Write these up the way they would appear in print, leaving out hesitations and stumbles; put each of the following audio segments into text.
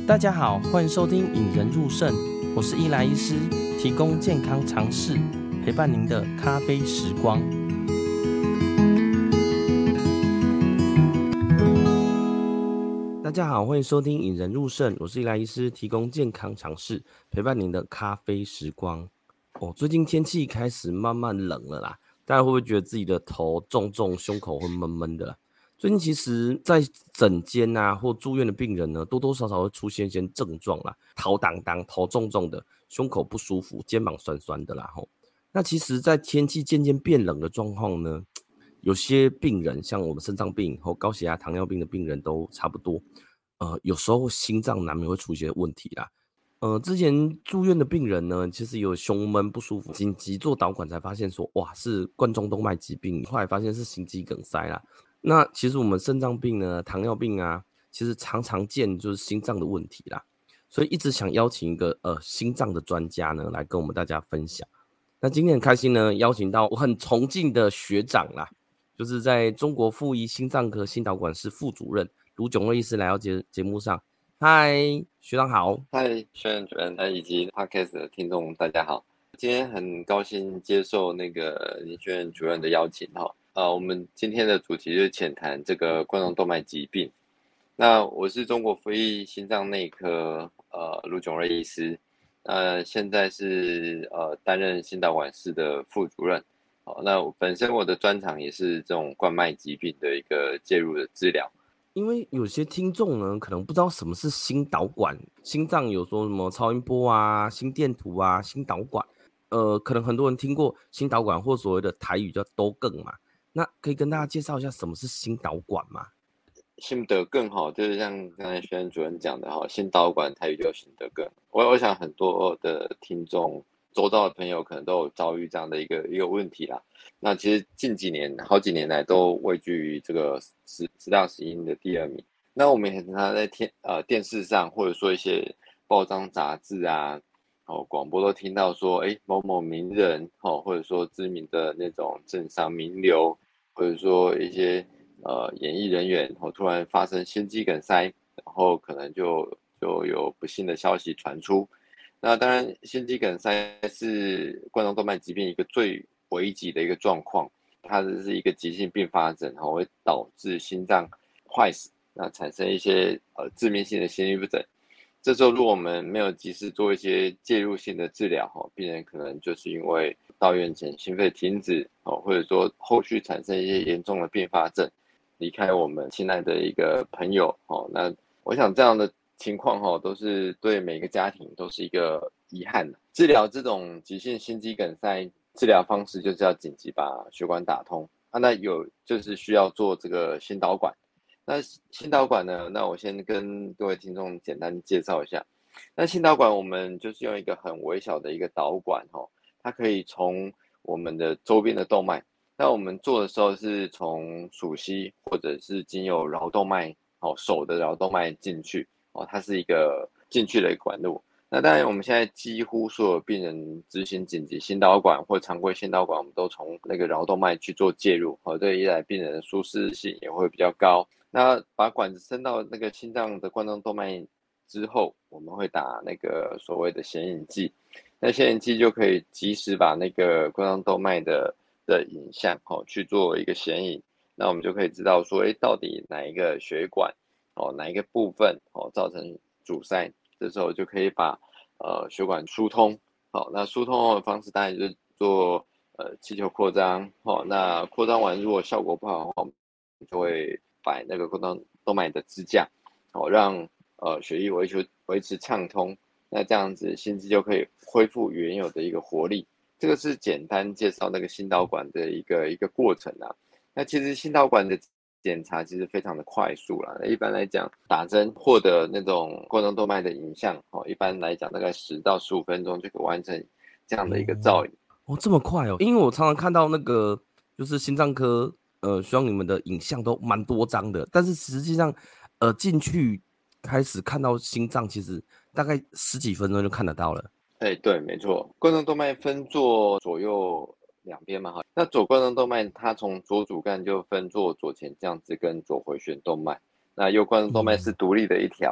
大家好，欢迎收听引人入胜，我是伊莱医师，提供健康常识，陪伴您的咖啡时光。大家好，欢迎收听引人入胜，我是伊莱医师，提供健康常识，陪伴您的咖啡时光。最近天气开始慢慢冷了啦，大家会不会觉得自己的头重重，胸口会闷闷的啦？最近其实在诊间啊或住院的病人呢，多多少少会出现一些症状啦，头当当、头重重的，胸口不舒服、肩膀酸酸的啦吼。那其实在天气渐渐变冷的状况呢，有些病人像我们肾脏病或高血压、糖尿病的病人都差不多，有时候心脏难免会出一些问题啦。之前住院的病人呢，其实有胸闷不舒服，紧急做导管才发现说，哇，是冠状动脉疾病，后来发现是心肌梗塞啦。那其实我们肾脏病呢、糖尿病啊，其实常常见就是心脏的问题啦，所以一直想邀请一个心脏的专家呢来跟我们大家分享。那今天很开心呢，邀请到我很崇敬的学长啦，就是在中国附医心脏科心导管室副主任卢炯瑞医师来到节目上。嗨，学长好。 嗨，轩然主任，以及 Podcast 的听众，大家好。今天很高兴接受那个林轩然主任的邀请哈。我们今天的主题就是浅谈这个冠状动脉疾病。那我是中国附医心脏内科卢炯瑞医师，现在是担任心导管室的副主任。那本身我的专长也是这种冠脉疾病的一个介入的治疗。 因为有些听众呢，可能不知道什么是心导管，心脏有说什么超音波啊、心电图啊、心导管，可能很多人听过心导管或所谓的台语叫都更嘛，那可以跟大家介绍一下什么是心导管吗？ 心得更好，就是像刚才轩主任讲的哈，心导管台语叫心得更。我想很多的听众、周遭的朋友可能都有遭遇这样的一个问题啦。那其实近几年、好几年来都位居于这个十大死因的第2名。那我们也常常在电视上或者说一些报章杂志啊，广播都听到说，某某名人或者说知名的那种政商名流，或者说一些演艺人员突然发生心肌梗塞，然后可能就有不幸的消息传出。那当然，心肌梗塞是冠状动脉疾病一个最危急的一个状况，它是一个急性并发症，会导致心脏坏死，那产生一些致命性的心律不整。这时候，如果我们没有及时做一些介入性的治疗，病人可能就是因为到院前心肺停止，或者说后续产生一些严重的并发症，离开我们亲爱的一个朋友。那我想这样的情况都是对每个家庭都是一个遗憾。治疗这种急性心肌梗塞，治疗方式就是要紧急把血管打通。那就是需要做这个心导管。那心导管呢？那我先跟各位听众简单介绍一下。那心导管我们就是用一个很微小的一个导管它可以从我们的周边的动脉。那我们做的时候是从属膝或者是经由桡动脉手的桡动脉进去它是一个进去的一个管路。那当然我们现在几乎所有病人执行紧急心导管或常规心导管，我们都从那个桡动脉去做介入这一来病人的舒适性也会比较高。那把管子伸到那个心脏的冠状动脉之后，我们会打那个所谓的显影剂。那显影剂就可以及时把那个冠状动脉的影像去做一个显影。那我们就可以知道说，到底哪一个血管哪一个部分造成阻塞，这时候就可以把血管疏通。那疏通后的方式当然就是做气球扩张。那扩张完如果效果不好的话，我们就会摆那个冠状动脉的支架，让血液维持畅通。那这样子心肌就可以恢复原有的一个活力。这个是简单介绍那个心导管的一个过程啊。那其实心导管的检查其实非常的快速啦。一般来讲，打针获得那种冠状动脉的影像一般来讲大概10到15分钟就可以完成这样的一个造影。 这么快哦！因为我常常看到那个就是心脏科，希望你们的影像都蛮多张的，但是实际上，进去开始看到心脏，其实大概10几分钟就看得到了。 对，没错，冠状动脉分作左右两边嘛，那左冠状动脉它从左主干就分作左前降支跟左回旋动脉，那右冠状动脉是独立的一条。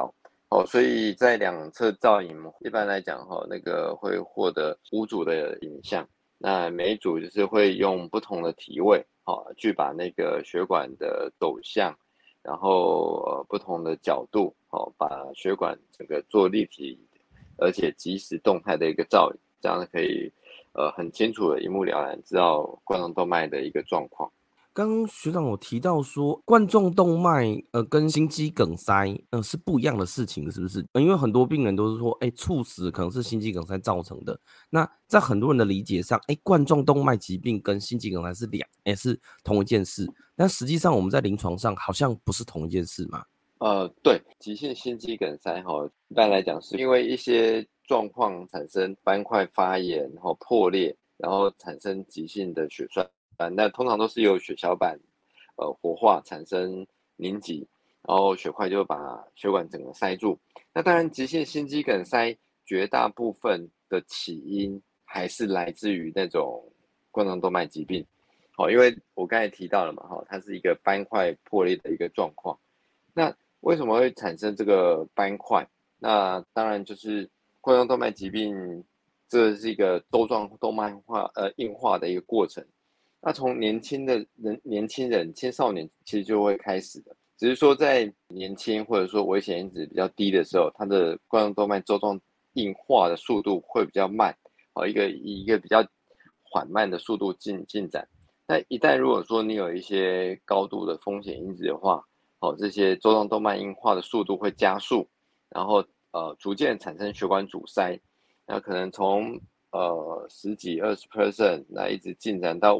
所以在两侧造影，一般来讲那个会获得5组的影像，那每一组就是会用不同的体位去把那个血管的走向，然后不同的角度把血管整个做立体，而且即时动态的一个造影，这样可以很清楚的一目了然知道冠状动脉的一个状况。 刚刚学长有提到说，冠状动脉跟心肌梗塞是不一样的事情，是不是？因为很多病人都是说，猝死可能是心肌梗塞造成的。那在很多人的理解上，冠状动脉疾病跟心肌梗塞是同一件事，但实际上我们在临床上好像不是同一件事嘛。 对，急性心肌梗塞一般来讲是因为一些状况产生斑块发炎破裂，然后产生急性的血栓，那通常都是由血小板活化产生凝集，然后血块就把血管整个塞住。那当然，急性心肌梗塞绝大部分的起因还是来自于那种冠状动脉疾病，因为我刚才提到了嘛，它是一个斑块破裂的一个状况。那为什么会产生这个斑块？那当然就是冠状动脉疾病，这是一个周状动脉硬化的一个过程。那从年轻人、青少年其实就会开始的，只是说在年轻或者说危险因子比较低的时候，它的冠状动脉周状硬化的速度会比较慢，一个比较缓慢的速度进展。那一旦如果说你有一些高度的风险因子的话，这些周状动脉硬化的速度会加速，然后逐渐产生血管阻塞，那可能从十几20%，那一直进展到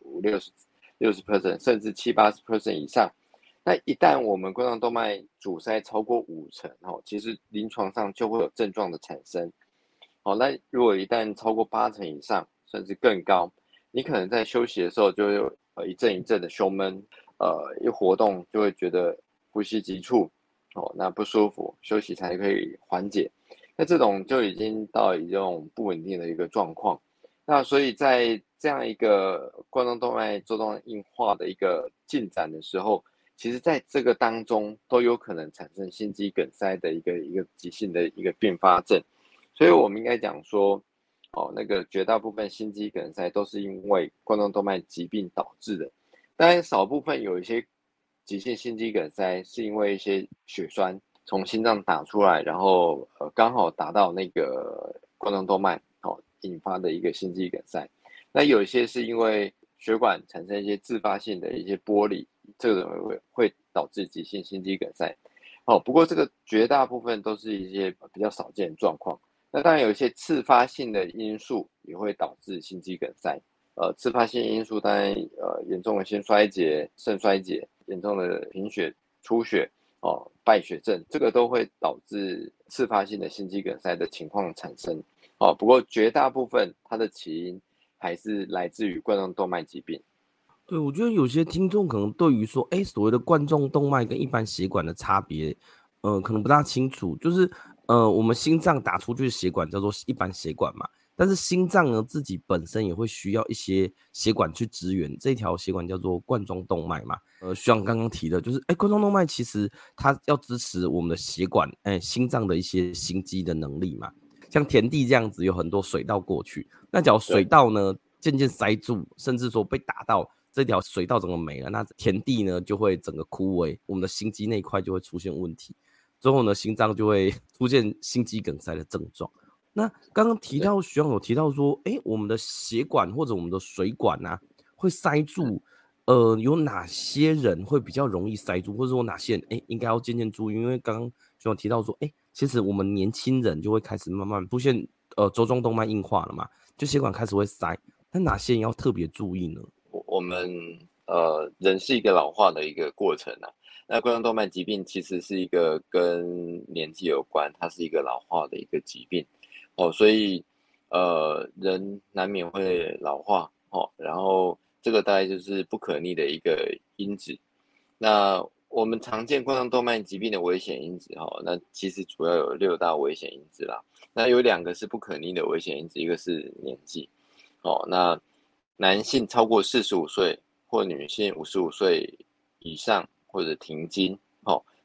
50、60%，甚至70-80%以上。那一旦我们冠状动脉阻塞超过50%，其实临床上就会有症状的产生。那如果一旦超过80%以上，甚至更高，你可能在休息的时候就会一阵一阵的胸闷，一活动就会觉得呼吸急促，那不舒服，休息才可以缓解。那这种就已经到一种不稳定的一个状况。那所以在这样一个冠状动脉周状硬化的一个进展的时候，其实在这个当中都有可能产生心肌梗塞的一个急性的一个并发症。所以我们应该讲说，那个绝大部分心肌梗塞都是因为冠状动脉疾病导致的，当然少部分有一些急性心肌梗塞是因为一些血栓从心脏打出来，然后刚好打到那个冠状动脉，引发的一个心肌梗塞。那有一些是因为血管产生一些自发性的一些剥离，这个会导致急性心肌梗塞。不过这个绝大部分都是一些比较少见的状况。那当然有一些次发性的因素也会导致心肌梗塞。次发性因素当然严重的心衰竭、肾衰竭、严重的贫血、出血败血症，这个都会导致次发性的心肌梗塞的情况产生。不过绝大部分它的起因还是来自于冠状动脉疾病。 对，我觉得有些听众可能对于说，所谓的冠状动脉跟一般血管的差别，可能不大清楚。就是，我们心脏打出去的血管叫做一般血管嘛，但是心脏呢自己本身也会需要一些血管去支援，这条血管叫做冠状动脉嘛。像刚刚提的，就是，冠状动脉其实它要支持我们的血管，心脏的一些心肌的能力嘛。像田地这样子有很多水道过去，那假如水道呢渐渐塞住，甚至说被打到，这条水道整个没了，那田地呢就会整个枯萎，我们的心肌那一块就会出现问题，之后呢心脏就会出现心肌梗塞的症状。那刚刚提到徐阳有提到说，我们的血管或者我们的水管啊会塞住，有哪些人会比较容易塞住，或者说哪些人应该要渐渐注意？因为刚刚徐阳提到说，其实我们年轻人就会开始慢慢出现周状动脉硬化了嘛，就血管开始会塞，那哪些人要特别注意呢？ 我们人是一个老化的一个过程啊。那冠状动脉疾病其实是一个跟年纪有关，它是一个老化的一个疾病所以人难免会老化然后这个大概就是不可逆的一个因子。那我们常见冠状动脉疾病的危险因子那其实主要有6大危险因子啦。那有2个是不可逆的危险因子，一个是年纪那男性超过45岁或女性55岁以上或者停经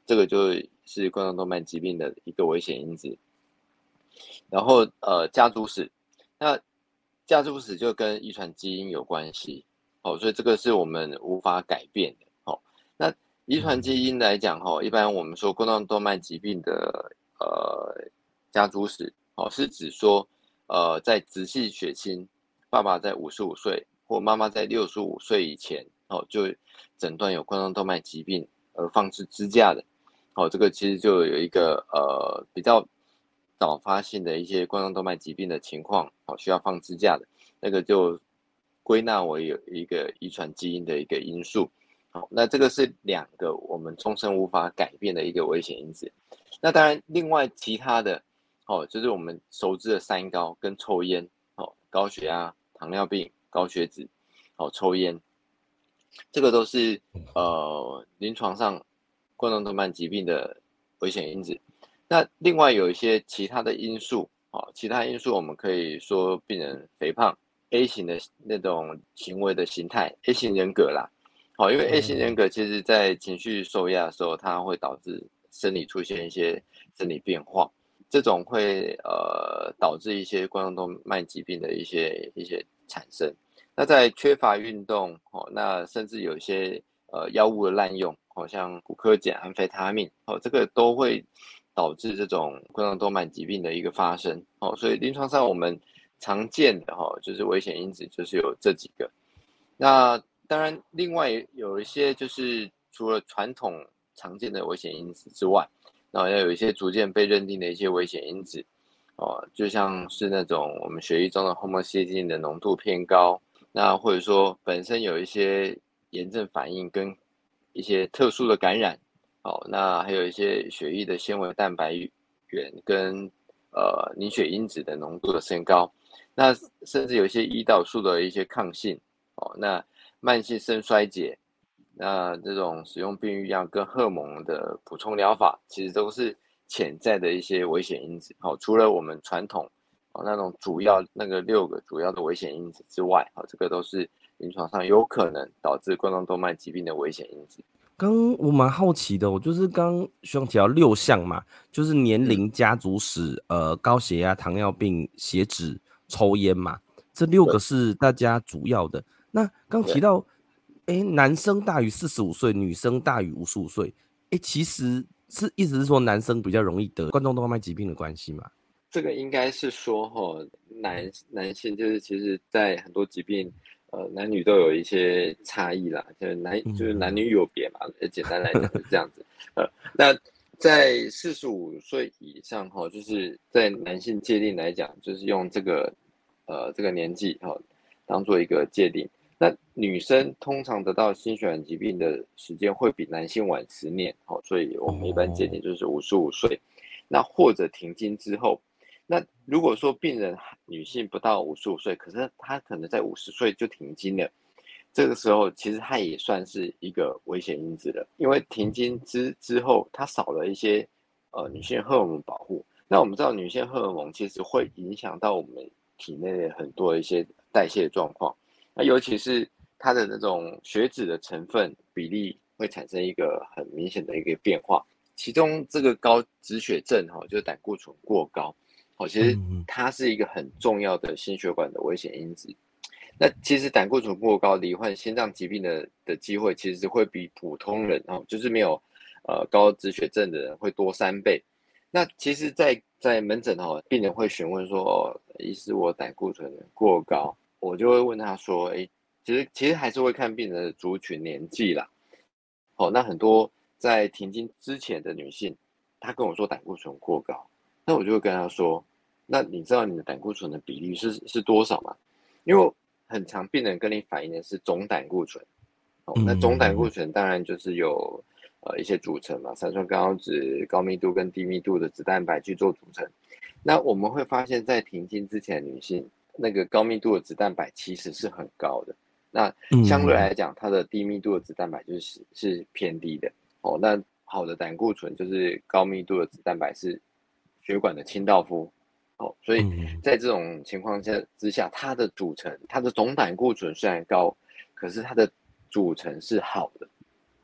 这个就是冠状动脉疾病的一个危险因子。然后家族史，那家族史就跟遗传基因有关系，所以这个是我们无法改变的。那遗传基因来讲，一般我们说冠状动脉疾病的家族史，是指说在直系血亲，爸爸在55岁或妈妈在65岁以前，就诊断有冠状动脉疾病而放置支架的，这个其实就有一个比较早发性的一些冠状动脉疾病的情况，需要放支架的，那个就归纳为有一个遗传基因的一个因素。好，那这个是两个我们终身无法改变的一个危险因子。那当然，另外其他的，就是我们熟知的三高跟抽烟，高血压、糖尿病、高血脂，抽烟，这个都是临床上冠状动脉疾病的危险因子。那另外有一些其他的因素，其他因素我们可以说病人肥胖 A 型的那种行为的形态 A 型人格啦，因为 A 型人格其实在情绪受压的时候，它会导致生理出现一些生理变化，这种会导致一些冠状动脉疾病的一些产生。那在缺乏运动，那甚至有一些药物的滥用，像古柯碱、安非他命，这个都会导致这种冠状动脉疾病的一个发生。所以临床上我们常见的就是危险因子就是有这几个。那当然，另外有一些就是除了传统常见的危险因子之外，要有一些逐渐被认定的一些危险因子，就像是那种我们血液中的 homocysteine 的浓度偏高，那或者说本身有一些炎症反应跟一些特殊的感染，那还有一些血液的纤维蛋白原跟凝血因子的浓度的升高，那甚至有一些胰岛素的一些抗性，那慢性肾衰竭，那这种使用避孕药跟荷尔蒙的补充疗法，其实都是潜在的一些危险因子。除了我们传统那种主要那个6个主要的危险因子之外，这个都是临床上有可能导致冠状动脉疾病的危险因子。 刚我蛮好奇的，我就是刚学长提到6项嘛，就是年龄、家族史、高血压、糖尿病、血脂、抽烟嘛，这6个是大家主要的。那刚提到，男生大于45岁，女生大于55岁，其实是意思是说男生比较容易得冠状动脉疾病的关系嘛？ 这个应该是说男性就是其实在很多疾病，男女都有一些差异啦，就是男女有别嘛，简单来讲是这样子。那在45岁以上就是在男性界定来讲，就是用这个年纪当做一个界定。那女生通常得到心血管疾病的时间会比男性晚10年，所以我们一般界定就是55岁。那或者停经之后，那如果说病人女性不到55岁，可是她可能在50岁就停经了，这个时候其实她也算是一个危险因子了，因为停经之后，她少了一些女性荷尔蒙保护。那我们知道女性荷尔蒙其实会影响到我们体内的很多一些代谢状况，那尤其是它的那种血脂的成分比例会产生一个很明显的一个变化。其中这个高脂血症就是胆固醇过高，其实它是一个很重要的心血管的危险因子。那其实胆固醇过高，罹患心脏疾病的机会，其实会比普通人就是没有高脂血症的人会多3倍。那其实在门诊病人会询问说，医师我胆固醇过高，我就会问他说，其实还是会看病人的族群年纪啦。那很多在停经之前的女性，她跟我说胆固醇过高，那我就会跟她说，那你知道你的胆固醇的比例是多少吗？因为很常病人跟你反映的是总胆固醇，那总胆固醇当然就是有一些组成嘛，三酸甘油酯、高密度跟低密度的脂蛋白去做组成。那我们会发现，在停经之前的女性，那个高密度的脂蛋白其实是很高的。那相对来讲，它的低密度的脂蛋白是偏低的。那好的胆固醇就是高密度的脂蛋白是血管的清道夫。所以在这种情况之下，它的总胆固醇虽然高，可是它的组成是好的。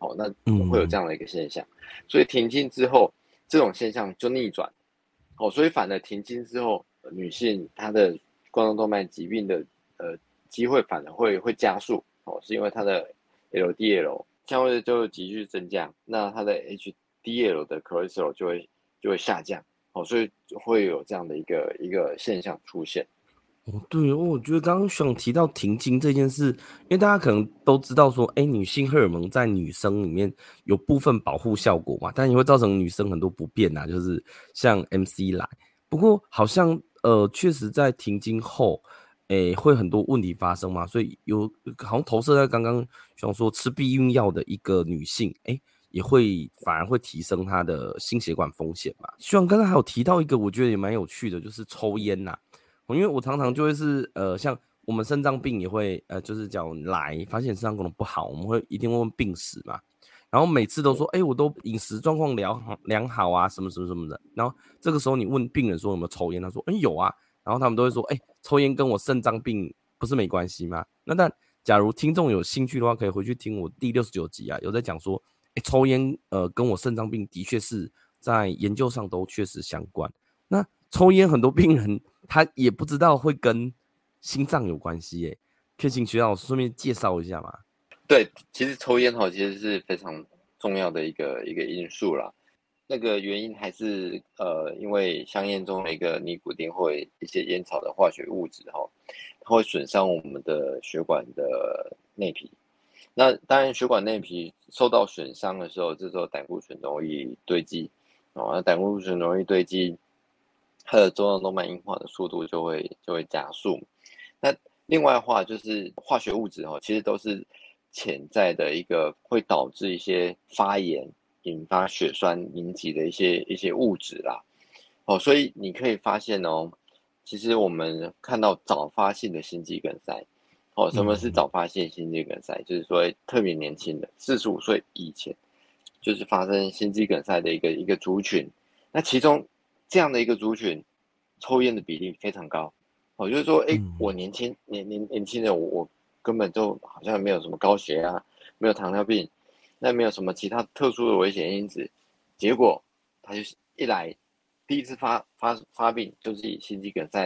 好，那会有这样的一个现象。所以停经之后，这种现象就逆转。哦，所以反而停经之后，女性她的冠状动脉疾病的机会反而会加速。哦，是因为她的 LDL 相对就急剧增加，那它的 HDL 的 cholesterol 就会下降。哦，所以会有这样的一个现象出现。 哦，对哦，我觉得刚刚想提到停经这件事，因为大家可能都知道说，哎，女性荷尔蒙在女生里面有部分保护效果嘛，但也会造成女生很多不便啊，就是像 MC 来。不过好像确实在停经后，哎，会很多问题发生嘛，所以好像投射在刚刚想说吃避孕药的一个女性，哎，也会反而会提升她的心血管风险嘛。希望刚刚还有提到一个，我觉得也蛮有趣的，就是抽烟呐。因为我常常就会是像我们肾脏病也会就是讲来发现肾脏功能不好，我们一定会问病史嘛，然后每次都说我都饮食状况良好啊，什么什么什么的，然后这个时候你问病人说有没有抽烟，他说有啊，然后他们都会说抽烟跟我肾脏病不是没关系吗？那但假如听众有兴趣的话，可以回去听我第69集啊，有在讲说抽烟跟我肾脏病的确是在研究上都确实相关。那抽烟很多病人他也不知道会跟心脏有关系耶，可以请学长顺便介绍一下吗？ 对，其实抽烟其实是非常重要的一个因素啦。那个原因还是因为香烟中的一个尼古丁或一些烟草的化学物质它会损伤我们的血管的内皮。那当然，血管内皮受到损伤的时候，这时候胆固醇容易堆积。那胆固醇容易堆积，它的中状动脉硬化的速度就会加速。那另外的话，就是化学物质其实都是潜在的一个会导致一些发炎、引发血栓凝集的一些物质啦。所以你可以发现其实我们看到早发性的心肌梗塞。什么是早发性心肌梗塞？就是说特别年轻的45岁以前，就是发生心肌梗塞的一个族群。那其中这样的一个族群，抽烟的比例非常高。就是说，我年轻人，我根本就好像没有什么高血压，没有糖尿病，那没有什么其他特殊的危险因子，结果他就是第一次发病就是以心肌梗塞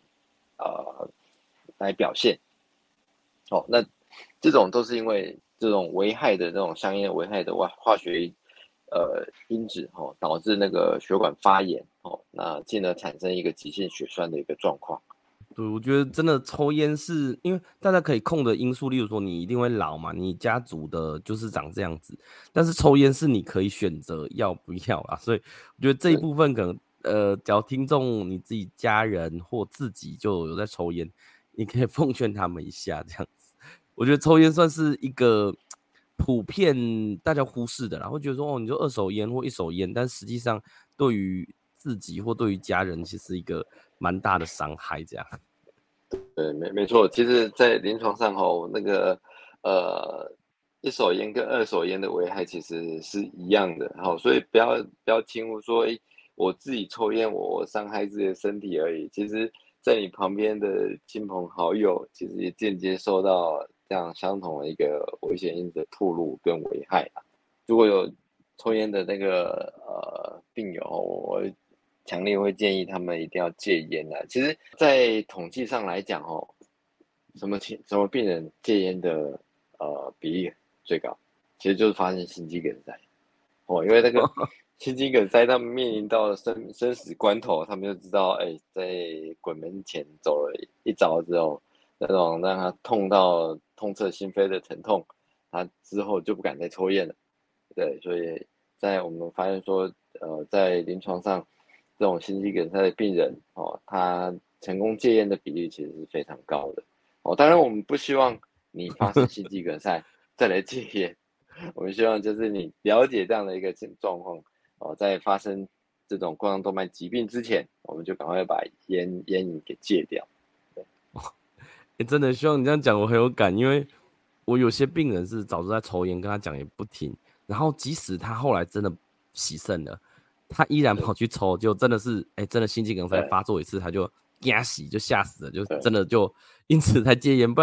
来表现。那这种都是因为这种危害的这种香烟危害的化学因子导致那个血管发炎那进而产生一个急性血栓的一个状况。 对，我觉得真的抽烟是因为大家可以控的因素，例如说你一定会老嘛，你家族的就是长这样子，但是抽烟是你可以选择要不要啦，所以我觉得这一部分可能只要听众你自己家人或自己就有在抽烟，你可以奉劝他们一下这样子。我觉得抽烟算是一个普遍大家忽视的啦，会觉得说你就二手烟或一手烟，但实际上对于自己或对于家人其实一个蛮大的伤害这样。 对，没错。其实，在临床上那个一手烟跟二手烟的危害其实是一样的。所以不要轻忽说，我自己抽烟，我伤害自己的身体而已。其实，在你旁边的亲朋好友，其实也间接受到这样相同的一个危险因子的暴露跟危害啊。如果有抽烟的那个病友，我强烈会建议他们一定要戒烟啊。其实，在统计上来讲什么病人戒烟的比例最高？其实就是发生心肌梗塞因为那个心肌梗塞，他们面临到生死关头，他们就知道，在鬼门前走了一遭之后，那种让他痛到痛彻心扉的疼痛，他之后就不敢再抽烟了。对，所以在我们发现说，在临床上，这种心肌梗塞的病人他成功戒烟的比例其实是非常高的。当然我们不希望你发生心肌梗塞再来戒烟，我们希望就是你了解这样的一个状况在发生这种冠状动脉疾病之前，我们就赶快把烟瘾给戒掉。 真的希望你这样讲，我很有感，因为我有些病人是早就在抽烟，跟他讲也不听，然后即使他后来真的洗肾了，他依然跑去抽，就真的是真的心肌梗塞发作一次，他就吓死了，就真的就因此才戒烟，不然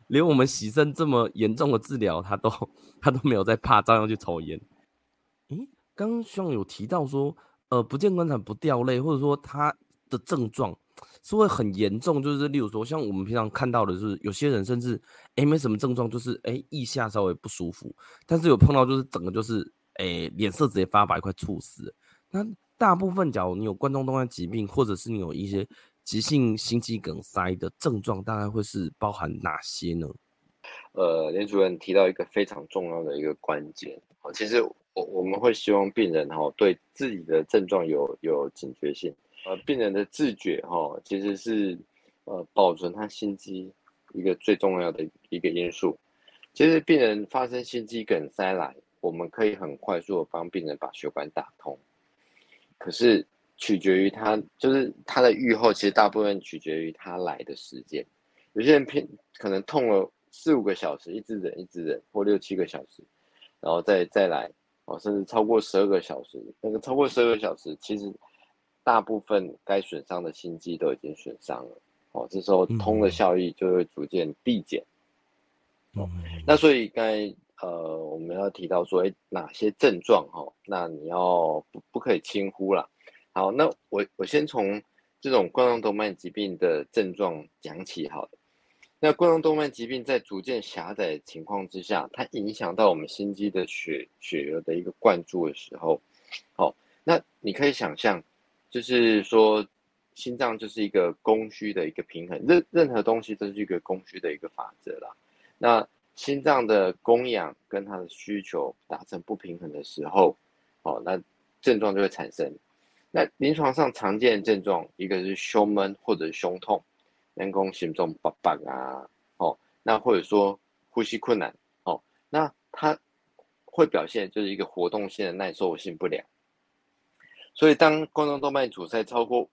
连我们洗肾这么严重的治疗，他都没有在怕，照样去抽烟。诶，刚刚希望有提到说，不见棺材不掉泪，或者说他的症状是会很严重，就是例如说，像我们平常看到的是，有些人甚至没什么症状，就是腋下稍微不舒服，但是有碰到就是整个就是脸色直接发白，快猝死了。那大部分，假如你有冠状动脉疾病，或者是你有一些急性心肌梗塞的症状，大概会是包含哪些呢？ 连主任提到一个非常重要的一个关键，其实我们会希望病人对自己的症状有警觉性，病人的自觉其实是保存他心肌一个最重要的一个因素。其实病人发生心肌梗塞来，我们可以很快速的帮病人把血管打通，可是取决于他，就是他的愈后，其实大部分取决于他来的时间。有些人可能痛了4、5个小时，一直忍一直忍，或6、7个小时，然后再来甚至超过12个小时。那个超过12个小时，其实大部分该损伤的心肌都已经损伤了，这时候通的嗯效益就会逐渐递减。那嗯所以刚才我们要提到说，哪些症状那你要不可以轻忽啦。好，那我先从这种冠状动脉疾病的症状讲起好了。那冠状动脉疾病在逐渐狭窄的情况之下，它影响到我们心肌的血流的一个灌注的时候，那你可以想象，就是说心脏就是一个供需的一个平衡，任何东西都是一个供需的一个法则啦。那心脏的供氧跟它的需求达成不平衡的时候，那症状就会产生。那临床上常见的症状，一个是胸闷或者是胸痛，人工心中叭叭啊，那或者说呼吸困难，那它会表现就是一个活动性的耐受性不良。所以当冠状动脉阻塞超过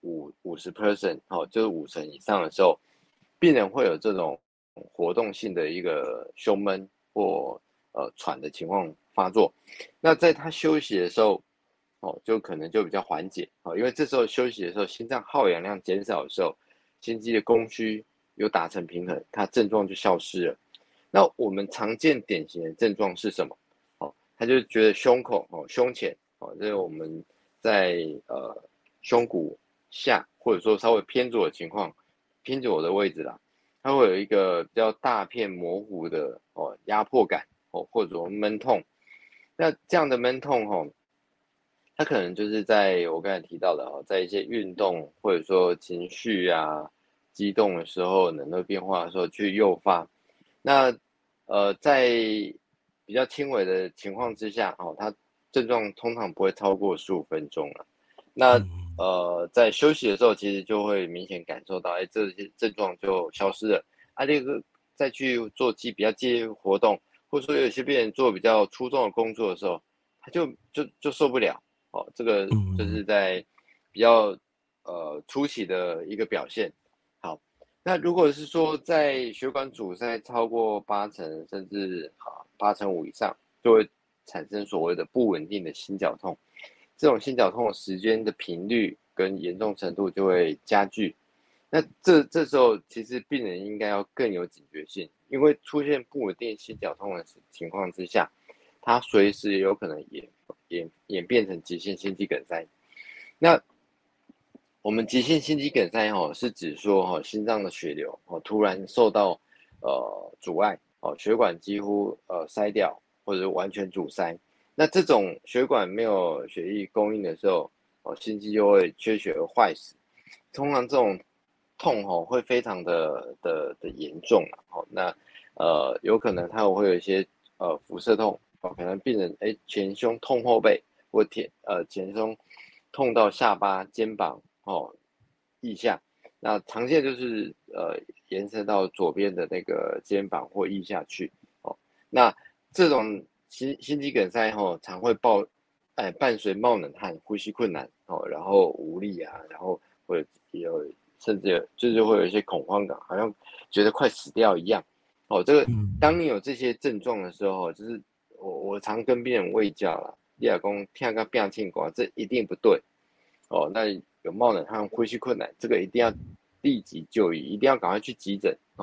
50%，就是50%以上的时候，病人会有这种活动性的一个胸闷或喘的情况发作。那在他休息的时候，就可能就比较缓解，因为这时候休息的时候，心脏耗氧量减少的时候，心肌的供需有达成平衡，它症状就消失了。那我们常见典型的症状是什么？他就觉得胸口胸前这是我们在胸骨下或者说稍微偏左的情况，偏左的位置啦，它会有一个比较大片模糊的压迫感或者说闷痛。那这样的闷痛它可能就是在我刚才提到的在一些运动或者说情绪啊激动的时候，能量变化的时候去诱发。那在比较轻微的情况之下，它症状通常不会超过15分钟了。那嗯在休息的时候，其实就会明显感受到，这些症状就消失了。这个再去做比较激烈的活动，或者说有些病人做比较出众的工作的时候，他就受不了。这个就是嗯在比较初期的一个表现。好，那如果是说在血管阻塞超过80%，甚至85%以上，就会产生所谓的不稳定的心绞痛。这种心绞痛的时间的频率跟严重程度就会加剧。那这时候其实病人应该要更有警觉性，因为出现不稳定心绞痛的情况之下，它随时有可能演变成急性心肌梗塞。那我们急性心肌梗塞是指说心脏的血流突然受到阻碍血管几乎塞掉或者完全阻塞。那这种血管没有血液供应的时候心肌就会缺血而坏死。通常这种痛会非常的严重那有可能它会有一些辐射痛可能病人前胸痛后背或前胸痛到下巴肩膀腋下。那常见就是延伸到左边的那个肩膀或腋下去那这种心肌梗塞常会伴随冒冷汗、呼吸困难然后无力啊，然后会有甚至就是会有一些恐慌感，好像觉得快死掉一样这个当嗯你有这些症状的时候就是我常跟病人卫教啦，你若讲听个病情歌，这一定不对那有冒冷汗、呼吸困难，这个一定要立即就医，一定要赶快去急诊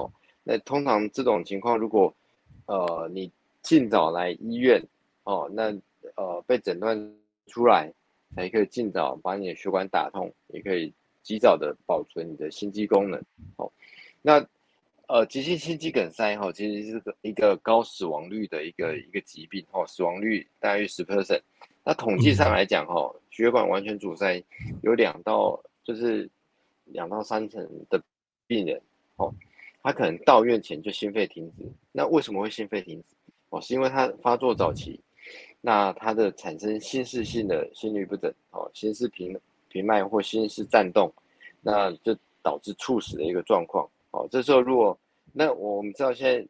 那通常这种情况，如果你尽早来医院哦，那被诊断出来，才可以尽早把你的血管打通，也可以及早的保存你的心肌功能。哦，那急性心肌梗塞哈，其实是一个高死亡率的一个疾病哦，死亡率大约10%。那统计上来讲哈，血管完全阻塞有2到3成的病人哦，他可能到院前就心肺停止。那为什么会心肺停止？哦，是因为他发作早期，那他的产生心室性的心律不整哦，心室平脉或心室颤动，那就导致猝死的一个状况。哦，这时候如果那我们知道现在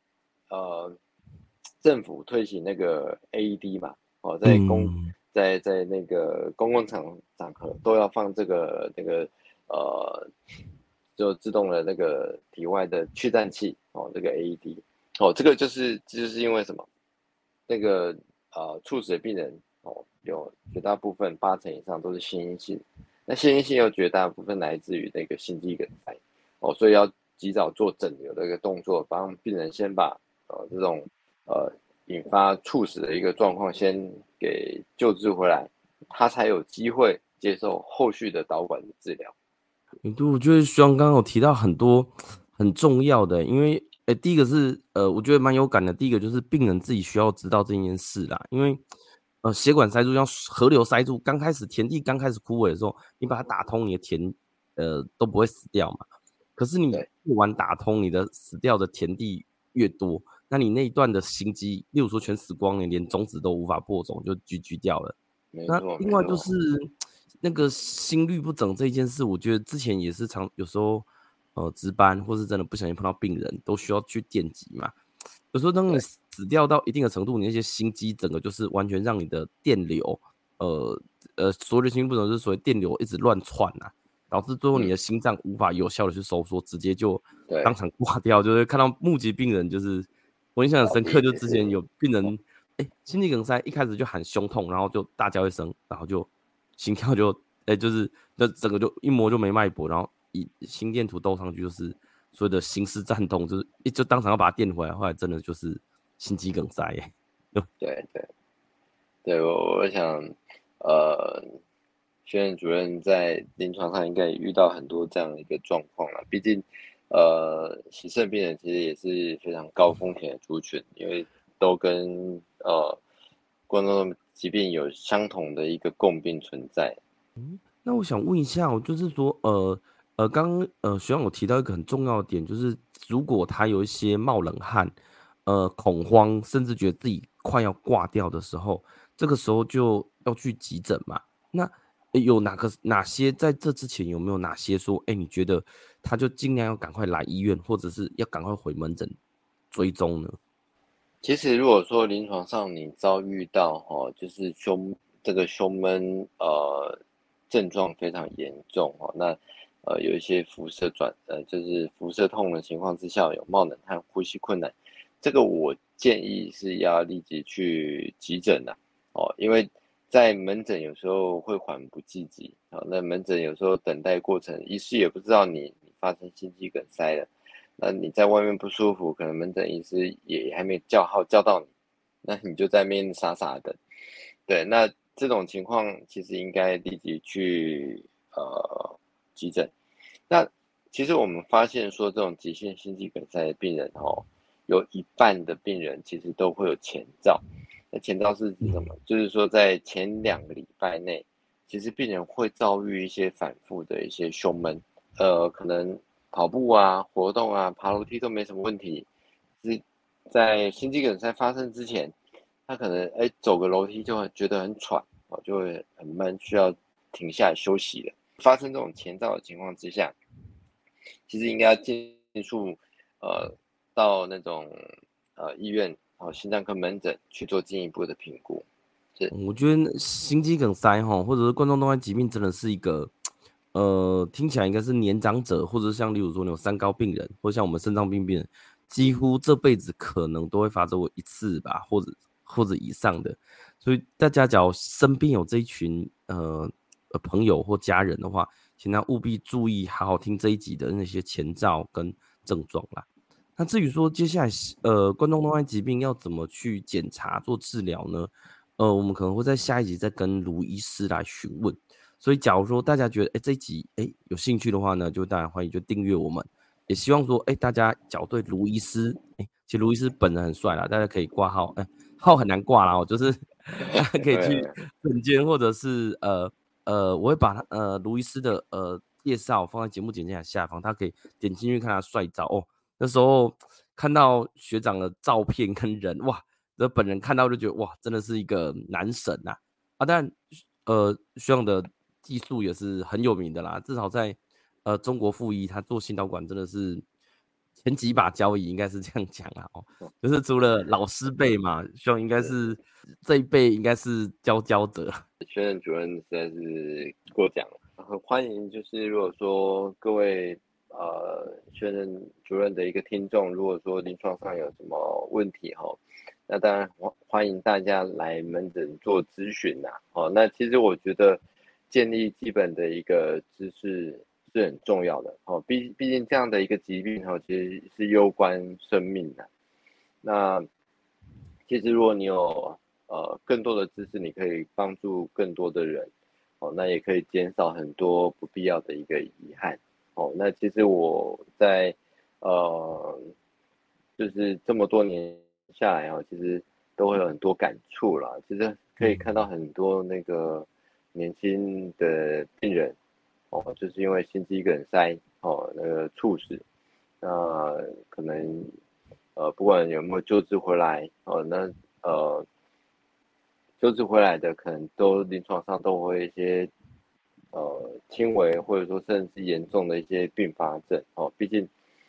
政府推行那个 AED 嘛，哦， 嗯， 在那个公共场合都要放这个呃，就自动的那个体外的去颤器哦，这个 AED 哦，这个就是因为什么？那个猝死的病人哦，有绝大部分80%以上都是心因性，那心因性又绝大部分来自于那个心肌梗塞哦，所以要及早做整流的一个动作，帮病人先把这种呃引发猝死的一个状况先给救治回来，他才有机会接受后续的导管的治疗。 对，我觉得徐阳刚刚有提到很多很重要的，因为第一个是我觉得蛮有感的。第一个就是病人自己需要知道这件事啦，因为血管塞住像河流塞住，田地刚开始枯萎的时候，你把它打通，你的田都不会死掉嘛。可是你对， 不完打通，你的死掉的田地越多，那你那一段的心肌，例如说全死光，你连种子都无法播种，就 GG 掉了。那没错另外就没错， 是那个心律不整这一件事，我觉得之前也是有时候值班或是真的不小心碰到病人，都需要去电击嘛。有时候当你对， 死掉到一定的程度，你那些心肌整个就是完全让你的电流，所谓的心律不整就是所谓电流一直乱窜啊，导致最后你嗯， 的心脏无法有效的去收缩，直接就当对， 场挂掉。就是看到目击病人，就是我印象很深刻，就之前有病人心肌梗塞一开始就喊胸痛，然后就大叫一声，然后就心跳就就是那整个就一摸就没脉搏，然后心电图斗上去就是所有的心室颤动，就当场要把它电回来，后来真的就是心肌梗塞耶。 对对对，我想，呃，宣任主任在临床上应该也遇到很多这样的一个状况了。毕竟，洗肾病人其实也是非常高风险的族群，因为都跟冠状疾病有相同的一个共病存在。 那我想问一下哦，就是说，刚学长有提到一个很重要的点，就是如果他有一些冒冷汗、恐慌，甚至觉得自己快要挂掉的时候，这个时候就要去急诊嘛。那有哪些在这之前有没有哪些说，你觉得他就尽量要赶快来医院，或者是要赶快回门诊追踪呢？ 其实如果说临床上你遭遇到就是这个胸闷症状非常严重那有一些就是辐射痛的情况之下有冒冷汗、呼吸困难，这个我建议是要立即去急诊的因为在门诊有时候会缓不济急那门诊有时候等待过程，医师也不知道你发生心肌梗塞了。那你在外面不舒服，可能门诊医师也还没叫号叫到你，那你就在那边傻傻等。对，那这种情况其实应该立即去急诊。那其实我们发现说，这种急性心肌梗塞的病人有一半的病人其实都会有前兆。那前兆是指什么？ 嗯就是说在前2个礼拜内，其实病人会遭遇一些反复的一些胸闷，可能跑步啊、活动啊、爬楼梯都没什么问题，是在心肌梗塞发生之前，他可能走个楼梯就会觉得很喘就会很闷，需要停下来休息了。发生这种前兆的情况之下，其实应该要尽速到那种医院心脏科门诊去做进一步的评估。是， 我觉得心肌梗塞哈，或者是冠状动脉疾病，真的是一个，听起来应该是年长者，或者像例如说那种三高病人，或像我们肾脏病病人，几乎这辈子可能都会发生过一次吧，或者以上的。所以大家只要身边有这一群朋友或家人的话，请他务必注意，好好听这一集的那些前兆跟症状啦。 那至于说接下来冠状动脉疾病要怎么去检查做治疗呢？我们可能会在下一集再跟卢医师来询问。所以假如说大家觉得这一集有兴趣的话呢，就当然欢迎就订阅我们。也希望说大家脚对卢医师，其实卢医师本人很帅啦，大家可以挂号，号很难挂啦，就是大家可以去诊间或者是我会把卢医师的介绍放在节目简介下方，他可以点进去看他帅照哦。那时候看到学长的照片跟人，哇，这本人看到就觉得哇，真的是一个男神呐！但学长的技术也是很有名的啦，至少在中国附一，他做心导管真的是前几把交椅，应该是这样讲啦哦。就是除了老师辈嘛，学长应该是这一辈应该是佼佼者。 学任主任实在是过奖了，很欢迎。就是如果说各位学任主任的一个听众，如果说临床上有什么问题哈，那当然欢迎大家来门诊做咨询呐。那其实我觉得建立基本的一个知识是很重要的哦，毕竟这样的一个疾病其实是攸关生命的。那其实如果你有更多的知识，你可以帮助更多的人那也可以减少很多不必要的一个遗憾那其实我在就是这么多年下来其实都会有很多感触啦。其实可以看到很多那个年轻的病人就是因为心肌梗塞那个猝死，那可能不管有没有救治回来那救治回来的可能都临床上都会一些轻微或者说甚至严重的一些并发症毕竟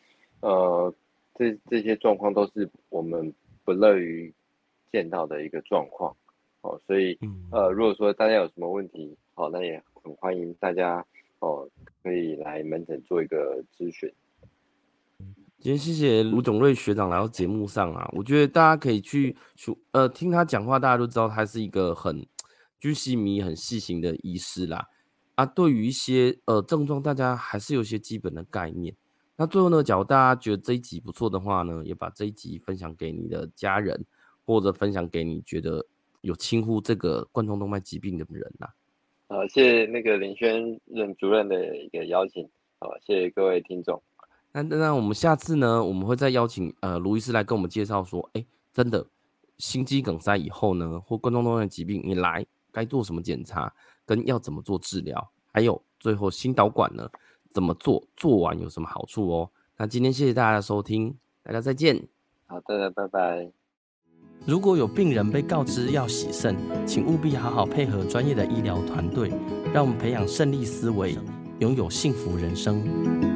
这些状况都是我们不乐于见到的一个状况所以如果说大家有什么问题那也很欢迎大家可以来门诊做一个咨询。 今天谢谢卢炯瑞学长来到节目上啊，我觉得大家可以去听他讲话，大家都知道他是一个很居细靡很细心的医师啦。对于一些症状，大家还是有一些基本的概念。那最后呢，假如大家觉得这一集不错的话呢，也把这一集分享给你的家人，或者分享给你觉得有轻忽这个冠状动脉疾病的人啦。 谢谢那个林轩任主任的一个邀请谢谢各位听众。 那我们下次呢，我们会再邀请卢医师来跟我们介绍说，真的心肌梗塞以后呢，或冠状动脉疾病，你来该做什么检查，跟要怎么做治疗，还有最后心导管呢怎么做，做完有什么好处哦。那今天谢谢大家的收听，大家再见。 好的，拜拜。 如果有病人被告知要洗肾，请务必好好配合专业的医疗团队，让我们培养胜利思维，拥有幸福人生。